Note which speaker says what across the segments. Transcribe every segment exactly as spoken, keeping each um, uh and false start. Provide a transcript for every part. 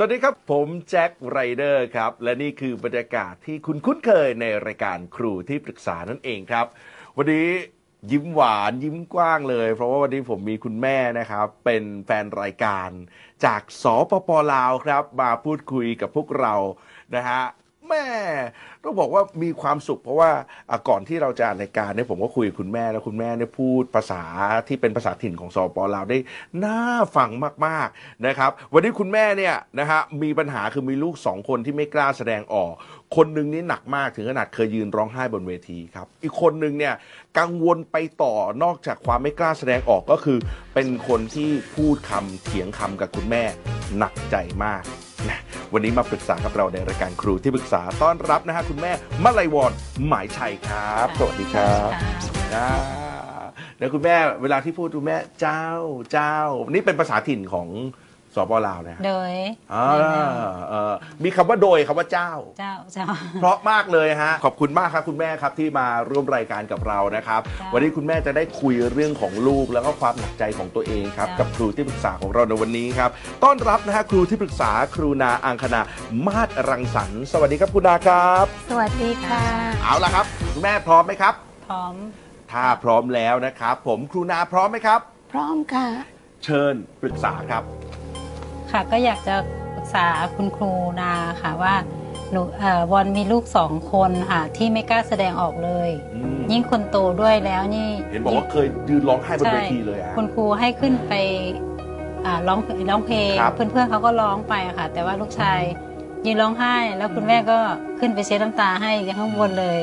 Speaker 1: วัสดีครับผมแจ็คไรเดอร์ครับและนี่คือบรรยากาศที่คุณคุ้นเคยในรายการครูที่ปรึกษานั่นเองครับวันนี้ยิ้มหวานยิ้มกว้างเลยเพราะว่าวันนี้ผมมีคุณแม่นะครับเป็นแฟนรายการจากสปป.ลาวครับมาพูดคุยกับพวกเรานะฮะแม่ต้องบอกว่ามีความสุขเพราะว่าก่อนที่เราจะอ่านรายการเนี่ยผมก็คุยกับคุณแม่แล้วคุณแม่เนี่ยพูดภาษาที่เป็นภาษาถิ่นของสปป.ลาวได้น่าฟังมากๆนะครับวันนี้คุณแม่เนี่ยนะฮะมีปัญหาคือมีลูกสองคนที่ไม่กล้าแสดงออกคนหนึ่งนี่หนักมากถึงขนาดเคยยืนร้องไห้บนเวทีครับอีกคนหนึ่งเนี่ยกังวลไปต่อนอกจากความไม่กล้าแสดงออกก็คือเป็นคนที่พูดคำเถียงคำกับคุณแม่หนักใจมากนะวันนี้มาปรึกษากับเราในรายการครูที่ปรึกษาต้อนรับนะฮะคุณแม่มลัยวรณ์หมายชัยครับสวัสดีครับนะเดี๋ยวคุณแม่เวลาที่พูดคุณแม่เจ้าเจ้านี่เป็นภาษาถิ่นของสปป.ลาวนะ
Speaker 2: โดย
Speaker 1: มีคำว่าโดยคำว่าเจ้า
Speaker 2: เจ้าเจ้า
Speaker 1: เพราะมากเลยฮะขอบคุณมากครับคุณแม่ครับที่มาร่วมรายการกับเรานะครับวันนี้คุณแม่จะได้คุยเรื่องของลูกแล้วก็ความหนักใจของตัวเองครับกับครูที่ปรึกษาของเราในวันนี้ครับต้อนรับนะฮะครูที่ปรึกษาครูนาอังคณามาศรังสรรค์สวัสดีครับคุณนาครับ
Speaker 2: สวัสดีค่ะ
Speaker 1: เอาล่ะครับคุณแม่พร้อมไหมครับ
Speaker 2: พร้อม
Speaker 1: ถ้าพร้อมแล้วนะครับผมครูนาพร้อมไหมครับ
Speaker 2: พร้อมค่ะ
Speaker 1: เชิญปรึกษาครับ
Speaker 2: ค่ะก็อยากจะปรึกษาคุณครูนาค่ะว่าหนูวอนมีลูกสองคนค่ะที่ไม่กล้าแสดงออกเลยยิ่งคนโตด้วยแล้วนี่
Speaker 1: เห็นบอกว่าเคยยืนร้องไห้บนเวทีเลยอ่ะ
Speaker 2: คุณครูให้ขึ้นไปร้องร้องเพลงเพื่อนๆเขาก็ร้องไปค่ะแต่ว่าลูกชายยืนร้องไห้แล้วคุณแม่ก็ขึ้นไปเช็ดน้ำตาให้ยังข้างบนเลย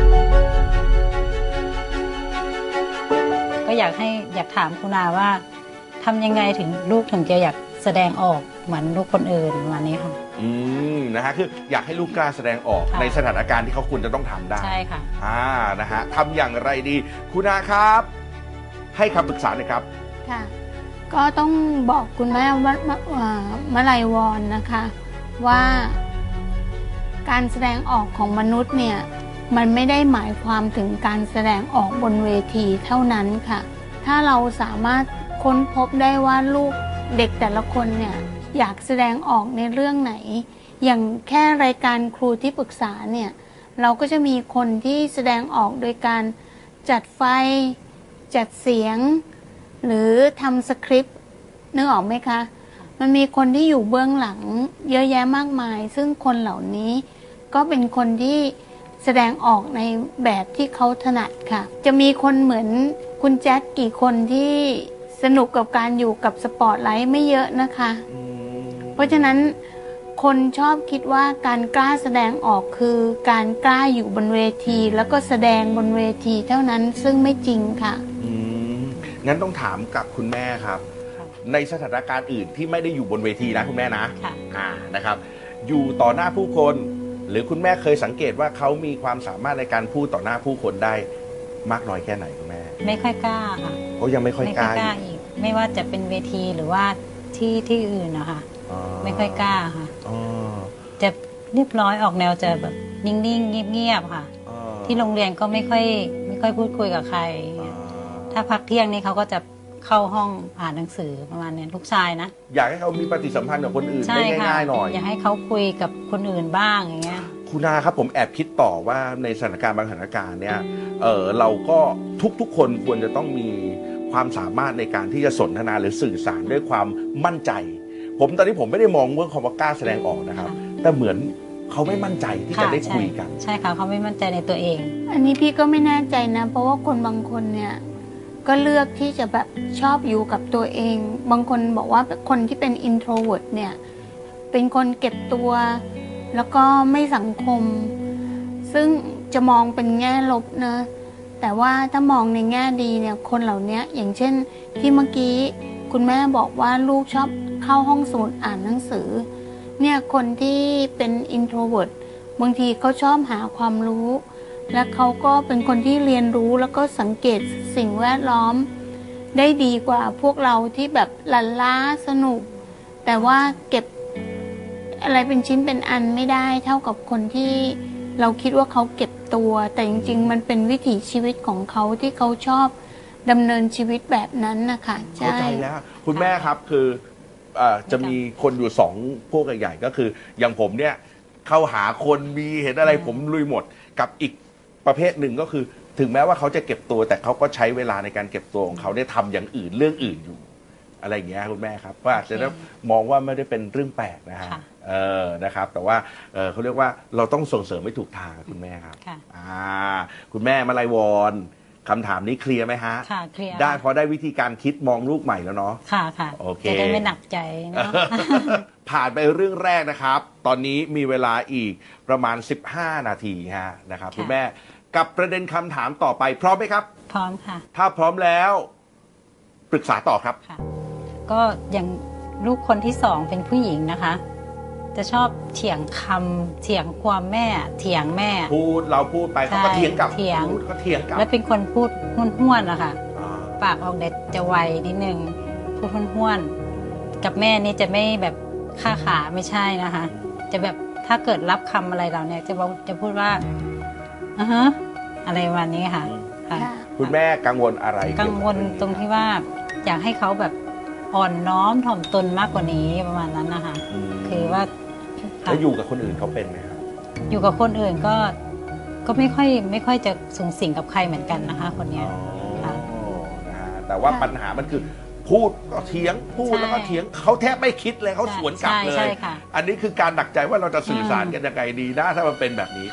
Speaker 2: ก็อยากให้อยากถามคุณนาว่าทำยังไงถึงลูกถึงจะอยากแสดงออกเหมือนลูกคนอื่นวันนี้ค่ะ
Speaker 1: อืมนะฮะคืออยากให้ลูกกล้าแสดงออกในสถานการณ์ที่เขาควรจะต้องทำได้
Speaker 2: ใช่ค่ะ
Speaker 1: อ่านะฮะทำอย่างไรดีคุณอาครับให้คำปรึกษาหน่อยครับ
Speaker 3: ค่ะก็ต้องบอกคุณแม่ว่ามลัยวรณ์นะคะว่าการแสดงออกของมนุษย์เนี่ยมันไม่ได้หมายความถึงการแสดงออกบนเวทีเท่านั้นค่ะถ้าเราสามารถค้นพบได้ว่าลูกเด็กแต่ละคนเนี่ยอยากแสดงออกในเรื่องไหนอย่างแค่รายการครูที่ปรึกษาเนี่ยเราก็จะมีคนที่แสดงออกโดยการจัดไฟจัดเสียงหรือทำสคริปต์นึกออกไหมคะมันมีคนที่อยู่เบื้องหลังเยอะแยะมากมายซึ่งคนเหล่านี้ก็เป็นคนที่แสดงออกในแบบที่เขาถนัดค่ะจะมีคนเหมือนคุณแจ็คกี่คนที่สนุกกับการอยู่กับสปอตไลท์ไม่เยอะนะคะเพราะฉะนั้นคนชอบคิดว่าการกล้าแสดงออกคือการกล้าอยู่บนเวทีแล้วก็แสดงบนเวทีเท่านั้นซึ่งไม่จริงค่ะ
Speaker 1: อืมงั้นต้องถามกับคุณแม่ครับในสถานการณ์อื่นที่ไม่ได้อยู่บนเวทีนะคุณแม่นะอ่านะครับอยู่ต่อหน้าผู้คนหรือคุณแม่เคยสังเกตว่าเขามีความสามารถในการพูดต่อหน้าผู้คนได้มากน้อยแค่ไหนคุณแม่
Speaker 2: ไม่ค่อยกล้าค่ะ
Speaker 1: เขายังไม่ค่อยกล้า
Speaker 2: อีกไม่ว่าจะเป็นเวทีหรือว่าที่ที่อื่นนะคะไม่ค่อยกล้าค่ะจะเรียบร้อยออกแนวจะแบบนิ่งๆเงียบๆค่ะที่โรงเรียนก็ไม่ค่อยไม่ค่อยพูดคุยกับใครถ้าพักเที่ยงนี่เขาก็จะเข้าห้องอ่านหนังสือประมาณนี้ลูกชายนะ
Speaker 1: อยากให้เขามีปฏิสัมพันธ์กับคนอื่นได้ง่ายๆหน่อย
Speaker 2: อยากให้เขาคุยกับคนอื่นบ้างอย่างเงี้ย
Speaker 1: คุณนาครับผมแอบคิดต่อว่าในสถานการณ์บางสถานการณ์เนี่ยเออเราก็ทุกๆคนควรจะต้องมีความสามารถในการที่จะสนทนาหรือสื่อสารด้วยความมั่นใจผมตอนนี้ผมไม่ได้มองเรื่องคำว่ากล้าแสดงออกนะครับแต่เหมือนเขาไม่มั่นใจที่จะได้คุยกัน
Speaker 2: ใช่ค่ะเขาไม่มั่นใจในตัวเอง
Speaker 3: อันนี้พี่ก็ไม่แน่ใจนะเพราะว่าคนบางคนเนี่ยก็เลือกที่จะแบบชอบอยู่กับตัวเองบางคนบอกว่าคนที่เป็น introvert เนี่ยเป็นคนเก็บตัวแล้วก็ไม่สังคมซึ่งจะมองเป็นแง่ลบนะแต่ว่าถ้ามองในแง่ดีเนี่ยคนเหล่านี้อย่างเช่นที่เมื่อกี้คุณแม่บอกว่าลูกชอบเข้าห้องสมุดอ่านหนังสือเนี่ยคนที่เป็น introvert บางทีเขาชอบหาความรู้และเขาก็เป็นคนที่เรียนรู้แล้วก็สังเกตสิ่งแวดล้อมได้ดีกว่าพวกเราที่แบบลันล้าสนุกแต่ว่าเก็บอะไรเป็นชิ้นเป็นอันไม่ได้เท่ากับคนที่เราคิดว่าเขาเก็บตัวแต่จริงๆมันเป็นวิถีชีวิตของเขาที่เขาชอบดำเนินชีวิตแบบนั้นนะคะ
Speaker 1: เข้าใจแล้วคุณแม่ครับคือเอ่อจะมีคนอยู่สองพวกใหญ่ๆก็คืออย่างผมเนี่ยเข้าหาคนมีเห็นอะไรผมลุยหมดกับอีกประเภทหนึ่งก็คือ ถึงแม้ว่าเขาจะเก็บตัวแต่เขาก็ใช้เวลาในการเก็บตัวของเขาได้ทำอย่างอื่นเรื่องอื่นอยู่อะไรอย่างเงี้ยคุณแม่ครับว่าอาจจะมองว่าไม่ได้เป็นเรื่องแปลกนะฮะเออนะครับแต่ว่าเออเขาเรียกว่าเราต้องส่งเสริมไม่ถูกทางคุณแม่ครับอ่าคุณแม่มาลัยวอนคำถามนี้เคลียร์ไหมฮะ
Speaker 2: ค่ะเคลียร์
Speaker 1: ได้พอได้วิธีการคิดมองลูกใหม่แล้วเนาะ
Speaker 2: ค่ะค่ะ
Speaker 1: โอเค
Speaker 2: จะได้ไม่หนักใจเนาะ
Speaker 1: ผ่านไปเรื่องแรกนะครับตอนนี้มีเวลาอีกประมาณสิบห้านาทีฮะนะครับคุณแม่กับประเด็นคำถามต่อไปพร้อมไหมครับ
Speaker 2: พร้อมค่ะ
Speaker 1: ถ้าพร้อมแล้วปรึกษาต่อครับ
Speaker 2: ค่ะก็อย่างลูกคนที่สองเป็นผู้หญิงนะคะจะชอบเถียงคำเถียงความแม่เถียงแม่
Speaker 1: พูดเราพูดไปเขาก็เถียงกลับ
Speaker 2: เถียง
Speaker 1: ก็เถียงกลับ
Speaker 2: แล้วเป็นคนพูดห้วนๆนะคะปากออกเด็ดจะไวนิดนึงพูดห้วนๆกับแม่นี่จะไม่แบบค่าขาไม่ใช่นะคะจะแบบถ้าเกิดรับคำอะไรเราเนี่ยจะบอกจะพูดว่าอ่าฮะอะไรวันนี้ค่ะ
Speaker 1: คุณแม่กังวลอะไร
Speaker 2: กังวลตรงที่ว่าอยากให้เขาแบบอ่อนน้อมถ่อมตนมากกว่านี้ประมาณนั้นนะคะคือว่า
Speaker 1: แล้วอยู่กับคนอื่นเขาเป็นไหมครับ
Speaker 2: อยู่กับคนอื่นก็ก็ไม่ค่อยไม่ค่อยจะสูงสิงกับใครเหมือนกันนะคะคนนี้
Speaker 1: ค่ะแต่ว่าปัญหามันคือพูดก็เถียงพูดแล้วก็เถียงเขาแทบไม่คิดเลยเขาสวนกลับเลยอันนี้คือการหนักใจว่าเราจะสื่อสารกันยังไงดีนะถ้ามันเป็นแบบนี้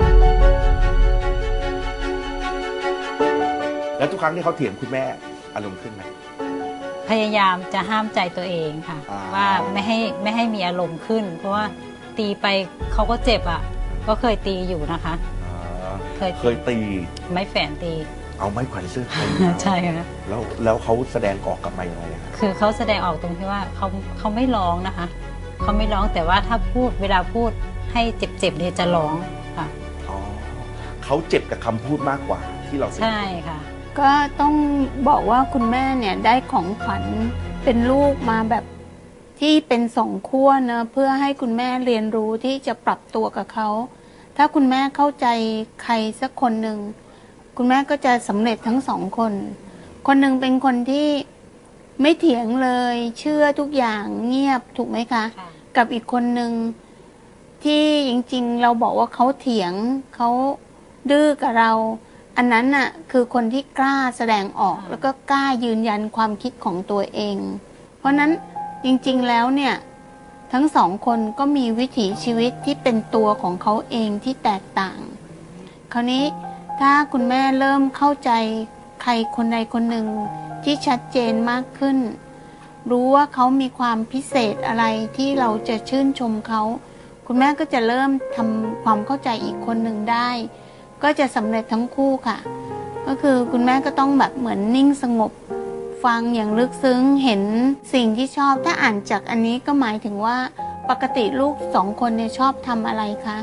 Speaker 1: แล้วทุกครั้งที่เขาเถียงคุณแม่อารมณ์ขึ้นไหม
Speaker 2: พยายามจะห้ามใจตัวเองค่ะว่าไม่ให้ไม่ให้มีอารมณ์ขึ้นเพราะว่าตีไปเขาก็เจ็บอ่ะก็เคยตีอยู่นะคะ
Speaker 1: เคยเคยตี
Speaker 2: ไม้แฝนตี
Speaker 1: เอาไม้แขวนเสื้อ
Speaker 2: ใช่ค่ะ
Speaker 1: แล้วแล้วเขาแสดงออกกับมายังไง
Speaker 2: คือเขาแสดงออกตรงที่ว่าเขาเขาไม่ร้องนะคะเขาไม่ร้องแต่ว่าถ้าพูดเวลาพูดให้เจ็บๆเนี่ยจะร้องค่ะ
Speaker 1: อ๋อเขาเจ็บกับคำพูดมากกว่าที่เรา
Speaker 2: ใช่ค่ะ
Speaker 3: ก็ต้องบอกว่าคุณแม่เนี่ยได้ของขวัญเป็นลูกมาแบบที่เป็นสองขั้วเนะเพื่อให้คุณแม่เรียนรู้ที่จะปรับตัวกับเขาถ้าคุณแม่เข้าใจใครสักคนหนึ่งคุณแม่ก็จะสำเร็จทั้งสองคนคนหนึ่งเป็นคนที่ไม่เถียงเลยเชื่อทุกอย่างเงียบถูกไหมคะกับอีกคนหนึ่งที่จริงๆเราบอกว่าเขาเถียงเขาดื้อกับเราอันนั้นน่ะคือคนที่กล้าแสดงออกแล้วก็กล้ายืนยันความคิดของตัวเองเพราะนั้นจริงๆแล้วเนี่ยทั้งสองคนก็มีวิถีชีวิตที่เป็นตัวของเขาเองที่แตกต่างคราวนี้ถ้าคุณแม่เริ่มเข้าใจใครคนใดคนหนึ่งที่ชัดเจนมากขึ้นรู้ว่าเขามีความพิเศษอะไรที่เราจะชื่นชมเขาคุณแม่ก็จะเริ่มทำความเข้าใจอีกคนหนึ่งได้ก็จะสำเร็จทั้งคู่ค่ะก็คือคุณแม่ก็ต้องแบบเหมือนนิ่งสงบฟังอย่างลึกซึ้งเห็นสิ่งที่ชอบถ้าอ่านจากอันนี้ก็หมายถึงว่าปกติลูกสองคนเนี่ยชอบทำอะไรคะ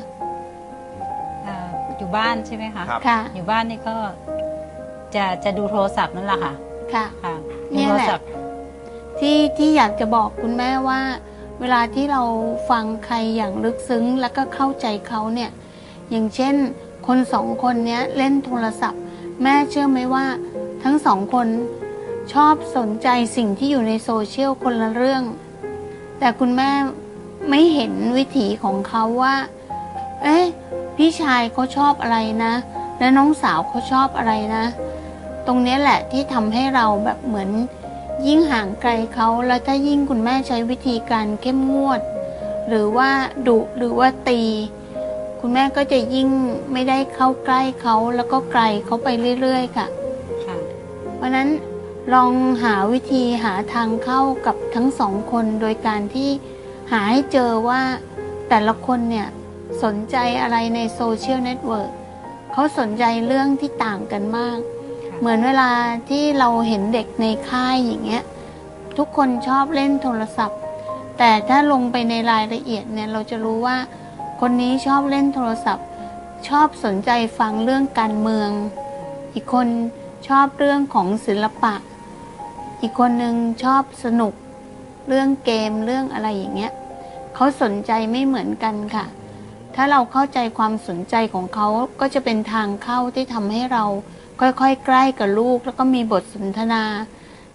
Speaker 2: อยู่บ้านใช่ไหมคะ
Speaker 3: ค่ะ
Speaker 2: อยู่บ้านนี่ก็จะจะดูโทรศัพท์นั่นแหละค่ะ
Speaker 3: ค่ะ
Speaker 2: ค่ะ
Speaker 3: นี่แหละที่ที่อยากจะบอกคุณแม่ว่าเวลาที่เราฟังใครอย่างลึกซึ้งแล้วก็เข้าใจเขาเนี่ยอย่างเช่นคนสองคนนี้เล่นโทรศัพท์แม่เชื่อไหมว่าทั้งสองคนชอบสนใจสิ่งที่อยู่ในโซเชียลคนละเรื่องแต่คุณแม่ไม่เห็นวิถีของเขาว่าเอ๊ะพี่ชายเขาชอบอะไรนะและน้องสาวเขาชอบอะไรนะตรงนี้แหละที่ทำให้เราแบบเหมือนยิ่งห่างไกลเขาแล้วถ้ายิ่งคุณแม่ใช้วิธีการเข้มงวดหรือว่าดุหรือว่าตีคุณแม่ก็จะยิ่งไม่ได้เข้าใกล้เขาแล้วก็ไกลเขาไปเรื่อยๆค่ะเพราะนั้นลองหาวิธีหาทางเข้ากับทั้งสองคนโดยการที่หาให้เจอว่าแต่ละคนเนี่ยสนใจอะไรในโซเชียลเน็ตเวิร์กเขาสนใจเรื่องที่ต่างกันมากเหมือนเวลาที่เราเห็นเด็กในค่ายอย่างเงี้ยทุกคนชอบเล่นโทรศัพท์แต่ถ้าลงไปในรายละเอียดเนี่ยเราจะรู้ว่าคนนี้ชอบเล่นโทรศัพท์ชอบสนใจฟังเรื่องการเมืองอีกคนชอบเรื่องของศิลปะอีกคนหนึ่งชอบสนุกเรื่องเกมเรื่องอะไรอย่างเงี้ยเขาสนใจไม่เหมือนกันค่ะถ้าเราเข้าใจความสนใจของเขาก็จะเป็นทางเข้าที่ทำให้เราค่อยๆใกล้กับลูกแล้วก็มีบทสนทนา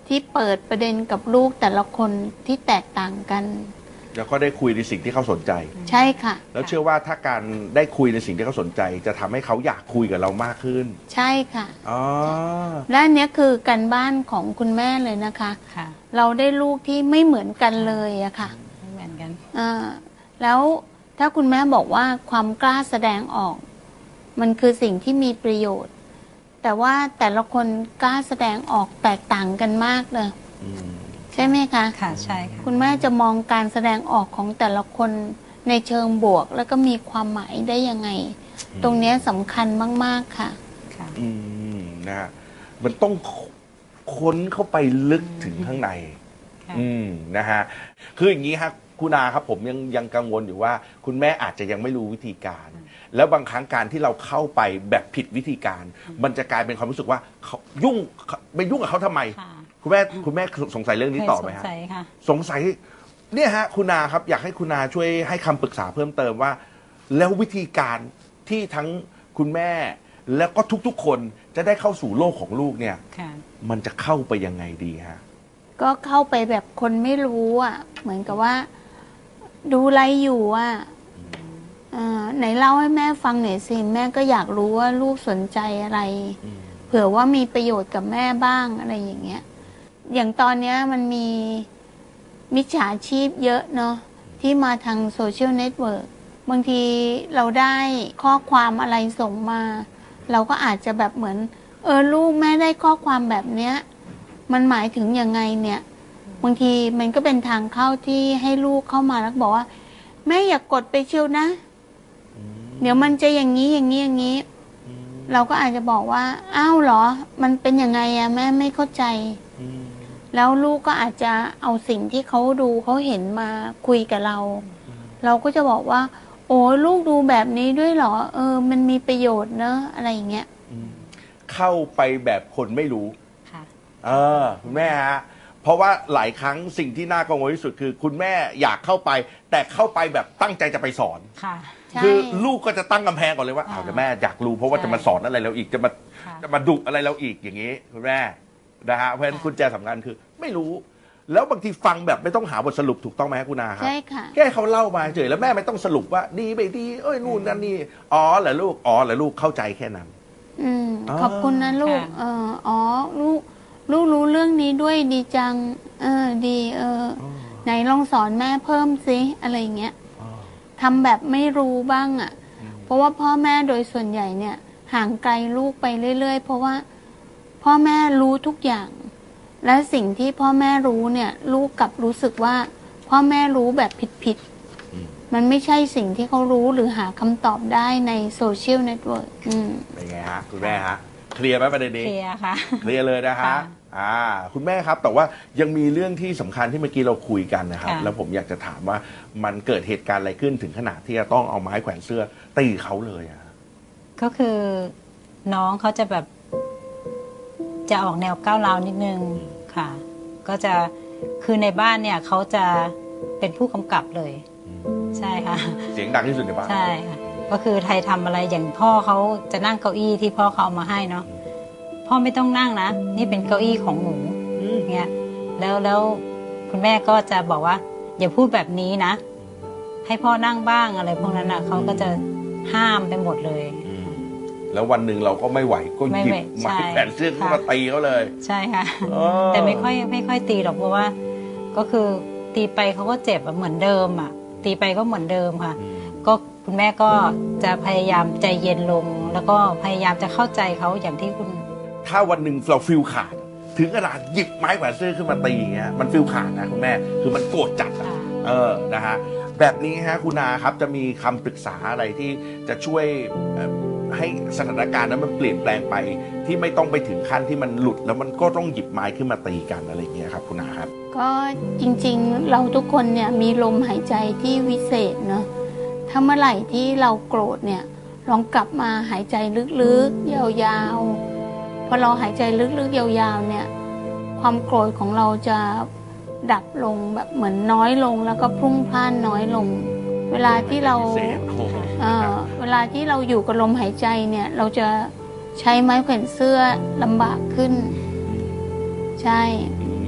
Speaker 3: ที่เปิดประเด็นกับลูกแต่ละคนที่แตกต่างกัน
Speaker 1: แล้วก็ได้คุยในสิ่งที่เขาสนใจ
Speaker 3: ใช่ค่ะ
Speaker 1: แล้วเชื่อว่าถ้าการได้คุยในสิ่งที่เขาสนใจ จะทำให้เขาอยากคุยกับเรามากขึ้น
Speaker 3: ใช่ค่ะ
Speaker 1: อ๋อ
Speaker 3: และอันเนี้ยคือการบ้านของคุณแม่เลยนะคะ
Speaker 2: ค่ะ
Speaker 3: เราได้ลูกที่ไม่เหมือนกันเลยอะค่ะ
Speaker 2: ไม่เหมือนกัน
Speaker 3: อ่าแล้วถ้าคุณแม่บอกว่าความกล้าแสดงออก มันคือสิ่งที่มีประโยชน์ แต่ว่าแต่ละคนกล้าแสดงออกแตกต่างกันมากเลย
Speaker 1: อืม
Speaker 3: ใช่ไหมคะ
Speaker 2: ค่ะใช่ค่ะ
Speaker 3: คุณแม่จะมองการแสดงออกของแต่ละคนในเชิงบวก แล้วก็มีความหมายได้ยังไง ตรงเนี้ยสำคัญมากๆค่ะ
Speaker 2: ค่ะ
Speaker 1: อืมนะฮะมันต้องค้นเข้าไปลึกถึงข้างใน
Speaker 2: ค่ะ
Speaker 1: อืมนะฮะคืออย่างนี้ครับคุณอาครับผมยังยังกังวลอยู่ว่า คุณแม่อาจจะยังไม่รู้วิธีการ แล้วบางครั้งการที่เราเข้าไปแบบผิดวิธีการ มันจะกลายเป็นความรู้สึกว่าเขายุ่งไปยุ่งกับเขาทำไม
Speaker 2: ค่ะ
Speaker 1: คุณแม่คุณแม่สงสัยเรื่องนี้ต่อไหม
Speaker 2: เคยส
Speaker 1: ฮะ
Speaker 2: งสัยค่ะ
Speaker 1: สงสัยเนี่ยฮะคุณอาครับ อยากให้คุณอาช่วยให้คำปรึกษาเพิ่มเติมว่า แล้ววิธีการที่ทั้งคุณแม่ แล้วก็ทุกๆ คนจะได้เข้าสู่โลกของลูกเนี่ย
Speaker 2: ค่ะ
Speaker 1: มันจะเข้าไปยังไงดีฮะ
Speaker 3: ก็เข้าไปแบบคนไม่รู้อ่ะ เหมือนกับว่า ดูอะไรอยู่อ่ะอ่าไหนเล่าให้แม่ฟังหน่อยสิแม่ก็อยากรู้ว่าลูกสนใจอะไร
Speaker 1: อืม
Speaker 3: เผื่อว่ามีประโยชน์กับแม่บ้างอะไรอย่างเงี้ย อย่างตอนเนี้ยมันมีมิจฉาชีพเยอะเนาะที่มาทางโซเชียลเน็ตเวิร์กบางทีเราได้ข้อความอะไรส่งมา เราก็อาจจะแบบเหมือน เออลูกแม่ได้ข้อความแบบเนี้ย มันหมายถึงยังไงเนี่ย บางทีมันก็เป็นทางเข้าที่ให้ลูกเข้ามาแล้วบอกว่า แม่อย่ากกดไปเชียวนะ เดี๋ยวมันจะอย่างนี้อย่างนี้อย่างนี้ เราก็อาจจะบอกว่าอ้าวเหรอ มันเป็นยังไงอะแม่ไม่เข้าใจ
Speaker 1: อืม
Speaker 3: แล้วลูกก็อาจจะเอาสิ่งที่เขาดูเขาเห็นมาคุยกับเรา เราก็จะบอกว่า โอ้ลูกดูแบบนี้ด้วยเหรอ เออ มันมีประโยชน์เนอะอะไรอย่างเงี้ย
Speaker 1: อืมเข้าไปแบบคนไม่รู้
Speaker 2: ค่ะ
Speaker 1: เออคุณแม่ฮะเพราะว่าหลายครั้งสิ่งที่น่ากังวลที่สุดคือ คุณแม่อยากเข้าไป แต่เข้าไปแบบตั้งใจจะไปสอน
Speaker 2: ค่ะ
Speaker 3: ใช่
Speaker 1: คือลูกก็จะตั้งกำแพงก่อนเลยว่า
Speaker 2: อ่า
Speaker 1: อ้าวแต่แม่อยากรู้เพราะว่า
Speaker 2: ใช่
Speaker 1: จะมาสอนอะไรเราอีกจะมา
Speaker 2: ค่ะ
Speaker 1: จะมาดุอะไรเราอีกอย่างนี้คุณแม่นะฮะเพราะฉะนั้น
Speaker 2: ค่ะ
Speaker 1: กุญแจสำคัญคือ ไม่รู้ แล้วบางทีฟังแบบไม่ต้องหาบทสรุปถูกต้องไหมครับคุณอาครับ
Speaker 3: ใช่ค่ะ
Speaker 1: แค่เขาเล่ามาเฉยแล้วแม่ไม่ต้องสรุปว่าดีไม่ดีเอ้ยนู่นนั่นนี่อ๋อเหรอลูกอ๋อเหรอลูกเข้าใจแค่นั้น
Speaker 3: อืม
Speaker 1: อ๋อ
Speaker 3: ขอบคุณนะลูก
Speaker 2: ค่ะ
Speaker 3: เอออ๋อ ลูก ลูกรู้เรื่องนี้ด้วยดีจัง เออ ดี เออ ไหนลองสอนแม่เพิ่มสิอะไรอย่างเงี้ย
Speaker 1: อ๋อ
Speaker 3: ทำแบบไม่รู้บ้างอะ่ะ
Speaker 1: อืม
Speaker 3: เพราะว่าพ่อแม่โดยส่วนใหญ่เนี่ย ห่างไกลลูกไปเรื่อยๆ เพราะว่าพ่อแม่รู้ทุกอย่าง และสิ่งที่พ่อแม่รู้เนี่ย ลูกกลับรู้สึกว่า พ่อแม่รู้แบบผิด
Speaker 1: อืม
Speaker 3: ๆ มันไม่ใช่สิ่งที่เขารู้หรือหาคำตอบได้ในโซเชียลเน็ตเวิร์กอืม
Speaker 1: เป็นไงฮะคุณแม่ฮะเคลียร์ไหมประเด็นนี้
Speaker 2: เคลียร์ค่ะ
Speaker 1: เคลียร์เลยนะฮะ
Speaker 2: ค่ะ
Speaker 1: อ่า คุณแม่ครับ แต่ว่ายังมีเรื่องที่สำคัญที่เมื่อกี้เราคุยกันนะครับ
Speaker 2: ค่ะ
Speaker 1: แล้วผมอยากจะถามว่ามันเกิดเหตุการณ์อะไรขึ้นถึงขนาดที่จะต้องเอาไม้แขวนเสื้อตีเขาเลยอะ
Speaker 2: ก็คือน้องเขาจะแบบ จะออกแนวก้าวร้าวนิดนึงค่ะ ก็จะคือในบ้านเนี่ยเขาจะเป็นผู้กำกับเลย ใช่ค่ะ
Speaker 1: เสียงดังที่สุดในบ้าน
Speaker 2: ใช่ค่ะ ก็คือใครทำอะไรอย่างพ่อเขาจะนั่งเก้าอี้ที่พ่อเขาเอามาให้เนาะพ่อไม่ต้องนั่งนะนี่เป็นเก้าอี้ของหนู
Speaker 1: อืม
Speaker 2: เงี้ยแล้วแล้วคุณแม่ก็จะบอกว่า อย่าพูดแบบนี้นะ ให้พ่อนั่งบ้างอะไรพวกนั้นอ่ะเขาก็จะห้ามไปหมดเลย
Speaker 1: อืมแล้ววันหนึ่งเราก็ไม่ไหวก็
Speaker 2: ไม่
Speaker 1: หยิบ
Speaker 2: ไหว
Speaker 1: ไม้
Speaker 2: ใช่
Speaker 1: แขวนเสื้อขึ้น
Speaker 2: ค่ะ
Speaker 1: มาตีเขาเลย
Speaker 2: ใช่ค่ะ
Speaker 1: เออ
Speaker 2: แต่ไม่ค่อยไม่ค่อยตีหรอกเพราะว่า ก็คือตีไปเขาก็เจ็บอะเหมือนเดิมอ่ะ ตีไปก็เหมือนเดิมค่ะ
Speaker 1: อืม
Speaker 2: ก็คุณแม่ก็จะพยายามใจเย็นลง แล้วก็พยายามจะเข้าใจเขาอย่างที่คุณ
Speaker 1: ถ้าวันหนึ่งเราฟิลขาด ถึงขนาดหยิบไม้แขวนเสื้อขึ้นมาตีอย่างเงี้ยมันฟิลขาดนะคุณแม่คือมันโกรธจัดอะ เออ นะฮะ แบบนี้ฮะคุณอาครับ จะมีคำปรึกษาอะไรที่จะช่วยเอ่อให้สถานการณ์นั้นมันเปลี่ยนแปลงไป ที่ไม่ต้องไปถึงขั้นที่มันหลุด แล้วมันก็ต้องหยิบไม้ขึ้นมาตีกันอะไรอย่างเงี้ยครับคุณอาครับ
Speaker 3: ก็จริงๆ เราทุกคนเนี่ยมีลมหายใจที่วิเศษเนาะ ถ้าเมื่อไหร่ที่เราโกรธเนี่ย ลองกลับมาหายใจลึกๆ ยาวๆ พอเราหายใจลึกๆ ยาวๆ เนี่ย ความโกรธของเราจะดับลงแบบเหมือนน้อยลงแล้วก็พรุ่งพล่านน้อยลง เวลาที่เรา
Speaker 1: พิเศษโอ้โห
Speaker 3: เอ่อเวลาที่เราอยู่กับลมหายใจเนี่ย เราจะใช้ไม้แขวนเสื้อลำบากขึ้น ใช่
Speaker 1: อืม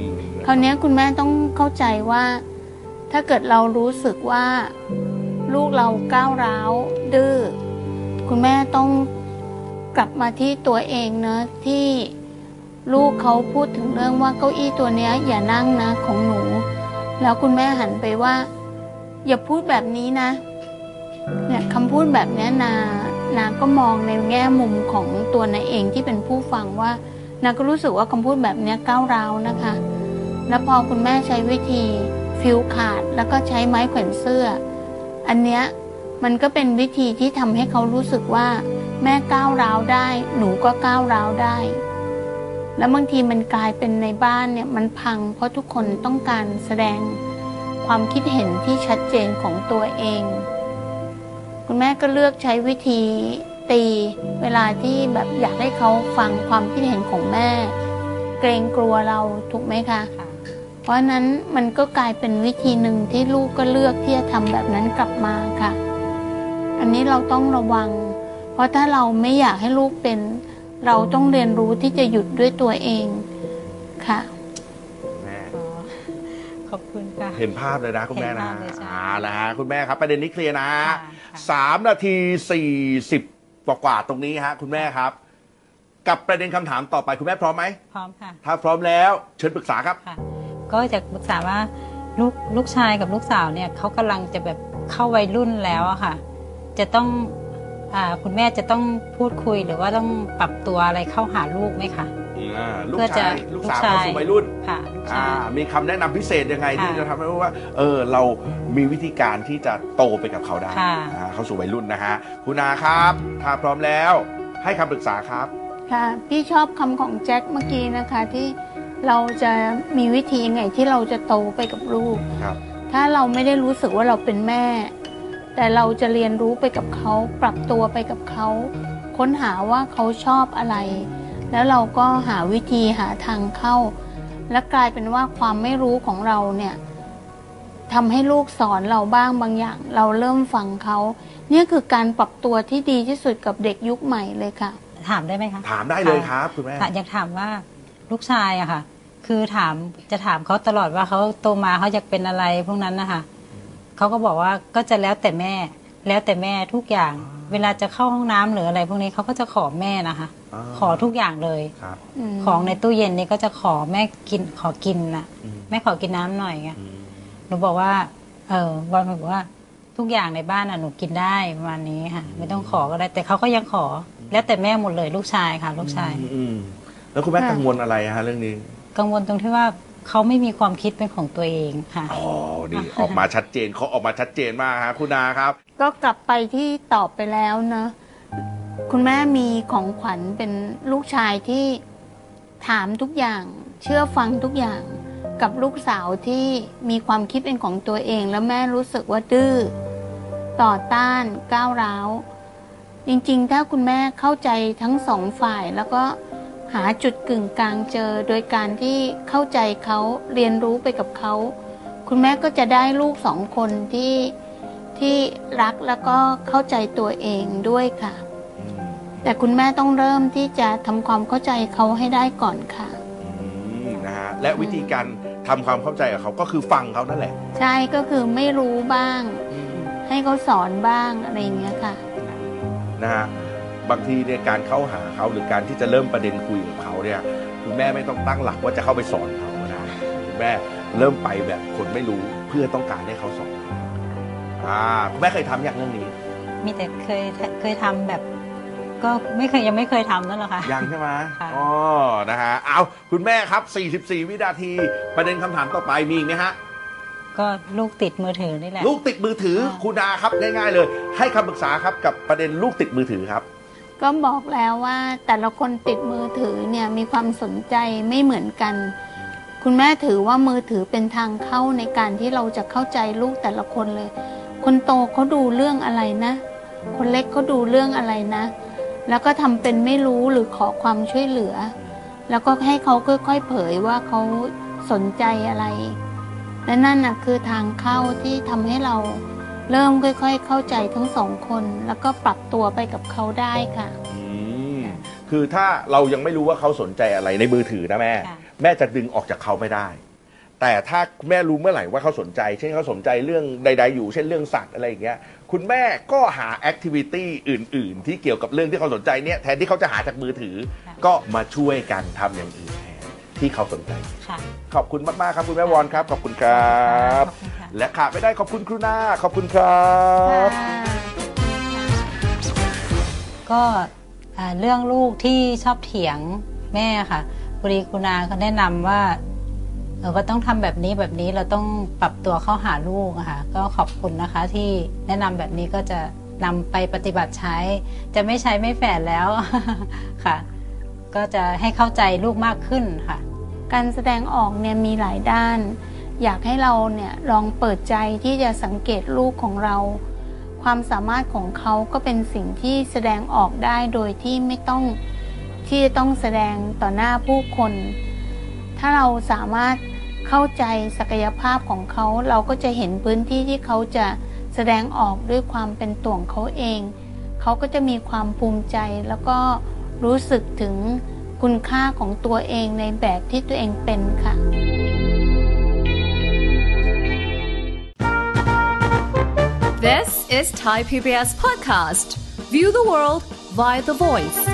Speaker 3: คราวนี้คุณแม่ต้องเข้าใจว่า ถ้าเกิดเรารู้สึกว่าลูกเราก้าวร้าวดื้อคุณแม่ต้องกลับมาที่ตัวเองเนอะที่ลูกเขาพูดถึงเรื่องว่าเก้าอี้ตัวเนี้ยอย่านั่งนะของหนูแล้วคุณแม่หันไปว่าอย่าพูดแบบนี้นะเนี่ยคำพูดแบบนี้นานาก็มองในแง่มุมของตัวนาเองที่เป็นผู้ฟังว่านาก็รู้สึกว่าคำพูดแบบนี้ก้าวร้าวนะคะแล้วพอคุณแม่ใช้วิธีฟิลขาดแล้วก็ใช้ไม้แขวนเสื้ออันเนี้ยมันก็เป็นวิธีที่ทำให้เขารู้สึกว่าแม่ก้าวร้าวได้หนูก็ก้าวร้าวได้แล้วบางทีมันกลายเป็นในบ้านเนี่ยมันพังเพราะทุกคนต้องการแสดงความคิดเห็นที่ชัดเจนของตัวเองคุณแม่ก็เลือกใช้วิธีตีเวลาที่แบบอยากให้เขาฟังความคิดเห็นของแม่เกรงกลัวเราถูกไหมคะเพราะนั้นมันก็กลายเป็นวิธีหนึ่งที่ลูกก็เลือกที่จะทำแบบนั้นกลับมาค่ะอันนี้เราต้องระวังเพราะถ้าเราไม่อยากให้ลูกเป็นเราต้องเรียนรู้ที่จะหยุดด้วยตัวเองค่ะ
Speaker 1: แม่
Speaker 2: ขอบคุณค่ะ
Speaker 1: เห็นภาพเลยนะคุณแม่นะอ่านะฮะคุณแม่ครับประเด็นนี้เคลียร์นะสา
Speaker 2: ม
Speaker 1: นาทีสี่สิบกว่าๆตรงนี้ฮะคุณแม่ครับกับประเด็นคำถามต่อไปคุณแม่พร้อมไหม
Speaker 2: พร้อมค่ะ
Speaker 1: ถ้าพร้อมแล้วเชิญปรึกษาครับ
Speaker 2: ก็จะปรึกษาว่าลูกลูกชายกับลูกสาวเนี่ยเขากำลังจะแบบเข้าวัยรุ่นแล้วอะค่ะจะต้องอ่าคุณแม่จะต้องพูดคุยหรือว่าต้องปรับตัวอะไรเข้าหาลูกไหมคะ
Speaker 1: ลูกชายลูกสาวเข้าสู่วัยรุ่น
Speaker 2: ค่ะ
Speaker 1: มีคำแนะนำพิเศษยังไงที่จะทำให้รู้ว่าเออเรามีวิธีการที่จะโตไปกับเขาได้เข้าสู่วัยรุ่นนะฮะคุณอาครับถ้าพร้อมแล้วให้คำปรึกษาครับ
Speaker 3: ค่ะพี่ชอบคำของแจ็คเมื่อกี้นะคะที่เราจะมีวิธียังไงที่เราจะโตไปกับลูกถ้าเราไม่ได้รู้สึกว่าเราเป็นแม่แต่เราจะเรียนรู้ไปกับเขาปรับตัวไปกับเขาค้นหาว่าเขาชอบอะไรแล้วเราก็หาวิธีหาทางเข้าและกลายเป็นว่าความไม่รู้ของเราเนี่ยทำให้ลูกสอนเราบ้างบางอย่างเราเริ่มฟังเขาเนี่ยคือการปรับตัวที่ดีที่สุดกับเด็กยุคใหม่เลยค่ะ
Speaker 2: ถามได้ไหมคะ
Speaker 1: ถามได้เลยครับคุณแม่
Speaker 2: อยากถามว่าลูกชายอะค่ะคือถามจะถามเขาตลอดว่าเขาโตมาเขาอยากเป็นอะไรพวกนั้นนะคะเขาก็บอกว่าก็จะแล้วแต่แม่แล้วแต่แม่ทุกอย่างเวลาจะเข้าห้องน้ำหรืออะไรพวกนี้เขาก็จะขอแม่นะคะขอทุกอย่างเลยของในตู้เย็นนี่ก็จะขอแม่กินขอกินนะแม่ขอกินน้ำหน่อยไงหนูบอกว่าเออวันบอกว่าทุกอย่างในบ้านอ่ะหนูกินได้ประมาณนี้ค่ะไม่ต้องขอก็ได้แต่เขาก็ยังขอแล้วแต่แม่หมดเลยลูกชายค่ะลูกชาย
Speaker 1: แล้วคุณแม่กังวลอะไรฮะเรื่องนี้
Speaker 2: กังวลตรงที่ว่าเขาไม่มีความคิดเป็นของตัวเองค่ะ
Speaker 1: อ๋อนี่ออกมาชัดเจนเขาออกมาชัดเจนมากฮะคุณนาครับ
Speaker 3: ก็กลับไปที่ตอบไปแล้วนะคุณแม่มีของขวัญเป็นลูกชายที่ถามทุกอย่างเชื่อฟังทุกอย่างกับลูกสาวที่มีความคิดเป็นของตัวเองแล้วแม่รู้สึกว่าดื้อต่อต้านก้าวร้าวจริงๆถ้าคุณแม่เข้าใจทั้งสองฝ่ายแล้วก็หาจุดกึ่งกลางเจอโดยการที่เข้าใจเขาเรียนรู้ไปกับเขาคุณแม่ก็จะได้ลูกสองคนที่ที่รักแล้วก็เข้าใจตัวเองด้วยค่ะแต่คุณแม่ต้องเริ่มที่จะทำความเข้าใจเขาให้ได้ก่อนค่ะ
Speaker 1: นะฮะและวิธีการทำความเข้าใจกับเขาก็คือฟังเขานั่นแหละ
Speaker 3: ใช่ก็คือไม่รู้บ้างให้เขาสอนบ้างอะไรอย่างเงี้ยค่ะ
Speaker 1: นะฮะบางทีเนี่ยการเข้าหาเขาหรือการที่จะเริ่มประเด็นคุยกับเขาเนี่ยคุณแม่ไม่ต้องตั้งหลักว่าจะเข้าไปสอนเขานะคุณแม่เริ่มไปแบบคนไม่รู้เพื่อต้องการให้เขาสอนอ่าคุณแม่เคยทำอย่างเรื่องนี้
Speaker 2: มีแต่เคยเคยทำแบบก็ไม่เคยยังไม่เคยทำนั่นหรอคะ
Speaker 1: ยังใช่ไหมอ๋อนะฮะเอาคุณแม่ครับสี่สิบสี่วินาทีประเด็นคำถามต่อไปมีไหมฮะ
Speaker 2: ก็ลูกติดมือถือนี่แหละ
Speaker 1: ลูกติดมือถือคุณนาครับง่ายๆเลยให้คำปรึกษาครับกับประเด็นลูกติดมือถือครับ
Speaker 3: ก็บอกแล้วว่าแต่ละคนติดมือถือเนี่ยมีความสนใจไม่เหมือนกันคุณแม่ถือว่ามือถือเป็นทางเข้าในการที่เราจะเข้าใจลูกแต่ละคนเลยคนโตเขาดูเรื่องอะไรนะคนเล็กเขาดูเรื่องอะไรนะแล้วก็ทำเป็นไม่รู้หรือขอความช่วยเหลือแล้วก็ให้เขาค่อยๆเผยว่าเขาสนใจอะไรและนั่นน่ะคือทางเข้าที่ทำให้เราเริ่มค่อยๆเข้าใจทั้งสองคนแล้วก็ปรับตัวไปกับเขาได้ค่ะ
Speaker 1: อืมคือถ้าเรายังไม่รู้ว่าเขาสนใจอะไรในมือถือนะแม่แม่จะดึงออกจากเขาไม่ได้แต่ถ้าคุณแม่รู้เมื่อไหร่ว่าเขาสนใจเช่นเขาสนใจเรื่องใดๆอยู่เช่นเรื่องสัตว์อะไรอย่างเงี้ยคุณแม่ก็หาแอคทิวิตี้อื่นๆที่เกี่ยวกับเรื่องที่เขาสนใจเนี่ยแทนที่เขาจะหาจากมือถือก็มาช่วยกันทำอย่างอื่นแทนที่เขาสนใจขอบคุณมากๆครับคุณแม่วอนครับขอบคุณครับและขาดไม่ได้ขอบคุณครูนาขอบคุณครับ
Speaker 2: ก็เรื่องลูกที่ชอบเถียงแม่ค่ะพอดีครูนาเขาแนะนำว่าเราก็ต้องทำแบบนี้แบบนี้เราต้องปรับตัวเข้าหาลูกค่ะก็ขอบคุณนะคะที่แนะนำแบบนี้ก็จะนำไปปฏิบัติใช้จะไม่ใช้ไม่แฝงแล้วค่ะก็จะให้เข้าใจลูกมากขึ้นค่ะ
Speaker 3: การแสดงออกเนี่ยมีหลายด้านอยากให้เราเนี่ยลองเปิดใจที่จะสังเกตลูกของเราความสามารถของเขาก็เป็นสิ่งที่แสดงออกได้โดยที่ไม่ต้องที่จะต้องแสดงต่อหน้าผู้คนถ้าเราสามารถเข้าใจศักยภาพของเขาเราก็จะเห็นพื้นที่ที่เขาจะแสดงออกด้วยความเป็นตัวของเขาเองเขาก็จะมีความภูมิใจแล้วก็รู้สึกถึงคุณค่าของตัวเองในแบบที่ตัวเองเป็นค่ะ
Speaker 4: This is Thai พี บี เอส podcast. View the world via The Voice